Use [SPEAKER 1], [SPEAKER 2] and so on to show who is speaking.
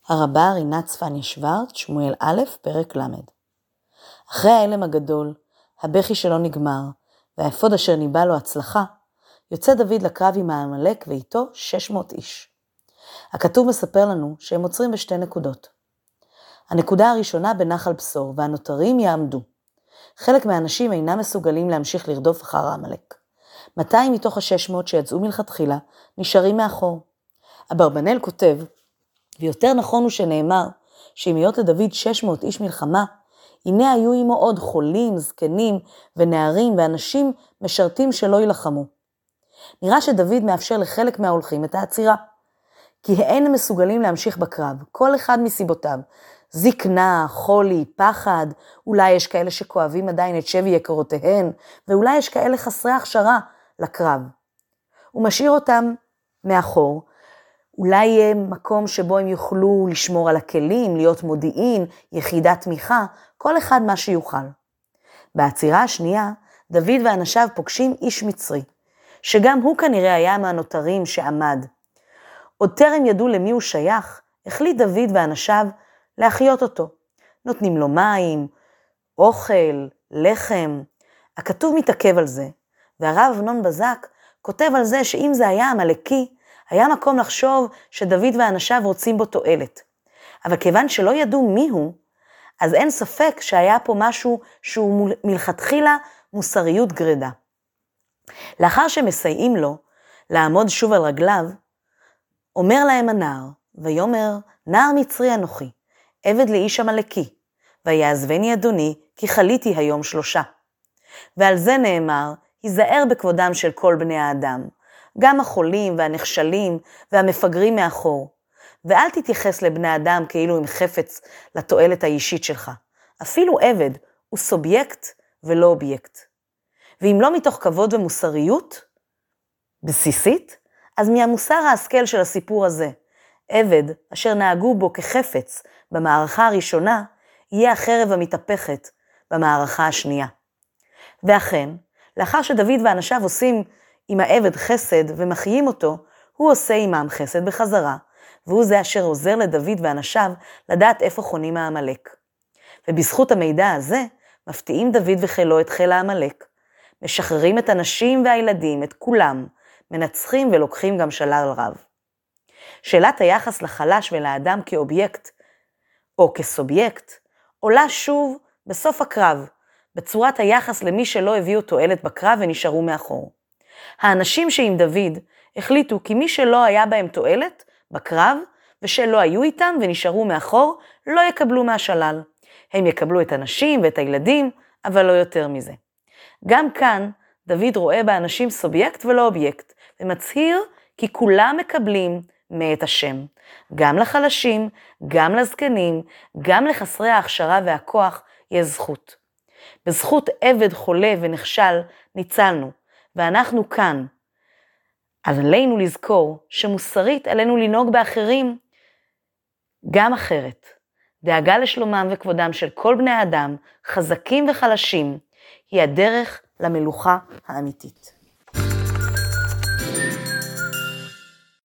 [SPEAKER 1] הרבה רינת צפניה שוורץ, שמואל א', פרק ל'. אחרי האלם הגדול, הבכי שלא נגמר, והאפוד אשר ניבא לו הצלחה, יוצא דוד לקרב עם העמלק ואיתו 600 איש. הכתוב מספר לנו שהם עוצרים בשתי נקודות. הנקודה הראשונה בנחל בשור, והנותרים יעמדו. חלק מהאנשים אינם מסוגלים להמשיך לרדוף אחר העמלק. 200 מתוך ה-600 שיצאו מלכתחילה נשארים מאחור. אברבנאל כותב, ויותר נכון הוא שנאמר, שאם היות לדוד 600 איש מלחמה, הנה היו עמו עוד חולים, זקנים ונערים ואנשים משרתים שלא ילחמו. נראה שדוד מאפשר לחלק מההולכים את העצירה, כי אין מסוגלים להמשיך בקרב, כל אחד מסיבותיו, זקנה, חולי, פחד, אולי יש כאלה שכואבים עדיין את שבי יקרותיהן, ואולי יש כאלה חסרי הכשרה לקרב. הוא משאיר אותם מאחור, אולי יהיה מקום שבו הם יוכלו לשמור על הכלים, להיות מודיעין, יחידת תמיכה, כל אחד מה שיוכל. בעצירה השנייה, דוד ואנשיו פוגשים איש מצרי, שגם הוא כנראה היה מהנותרים שעמד. עוד טרם ידעו למי הוא שייך, החליט דוד ואנשיו להחיות אותו. נותנים לו מים, אוכל, לחם. הכתוב מתעכב על זה, והרב אבנון בזק כותב על זה שאם זה היה עמלקי, היה מקום לחשוב שדוד ואנשיו רוצים בו תועלת. אבל כיוון שלא ידעו מי הוא, אז אין ספק שהיה פה משהו שהוא מלכתחילה מוסריות גרדה. לאחר שמסייעים לו לעמוד שוב על רגליו, אומר להם הנער, ויאמר, נער מצרי אנוכי, עבד לאיש עמלקי, ויעזבני אדוני, כי חליתי היום 3. ועל זה נאמר, היזהר בכבודם של כל בני האדם, גם החולים והנכשלים והמפגרים מאחור, ואל תתייחס לבני אדם כאילו הם חפץ לתועלת האישית שלך. אפילו עבד הוא סובייקט ולא אובייקט. ואם לא מתוך כבוד ומוסריות בסיסית, אז מהמוסר ההשכל של הסיפור הזה, עבד אשר נהגו בו כחפץ במערכה הראשונה, יהיה החרב המתהפכת במערכה השנייה. ואכן, לאחר שדוד ואנשיו עושים עם העבד חסד ומחיים אותו, הוא עושה עמם חסד בחזרה, והוא זה אשר עוזר לדוד ואנשיו לדעת איפה חונים העמלק. ובזכות המידע הזה, מפתיעים דוד וחילו את חיל העמלק, משחררים את הנשים והילדים, את כולם, מנצחים ולוקחים גם שלל רב. שאלת היחס לחלש ולאדם כאובייקט, או כסובייקט, עולה שוב בסוף הקרב, בצורת היחס למי שלא הביאו תועלת בקרב ונשארו מאחור. האנשים שעם דוד החליטו כי מי שלא היה בהם תועלת בקרב, ושלא היו איתם ונשארו מאחור, לא יקבלו מהשלל. הם יקבלו את הנשים ואת הילדים, אבל לא יותר מזה. גם כאן דוד רואה באנשים סובייקט ולא אובייקט, ומצהיר כי כולם מקבלים מאת השם. גם לחלשים, גם לזקנים, גם לחסרי ההכשרה והכוח יש זכות. בזכות עבד חולה ונכשל ניצלנו, ואנחנו כאן. אז עלינו לזכור שמוסרית עלינו לנהוג באחרים גם אחרת. דאגה לשלומם וכבודם של כל בני האדם, חזקים וחלשים, היא הדרך למלוכה האמיתית.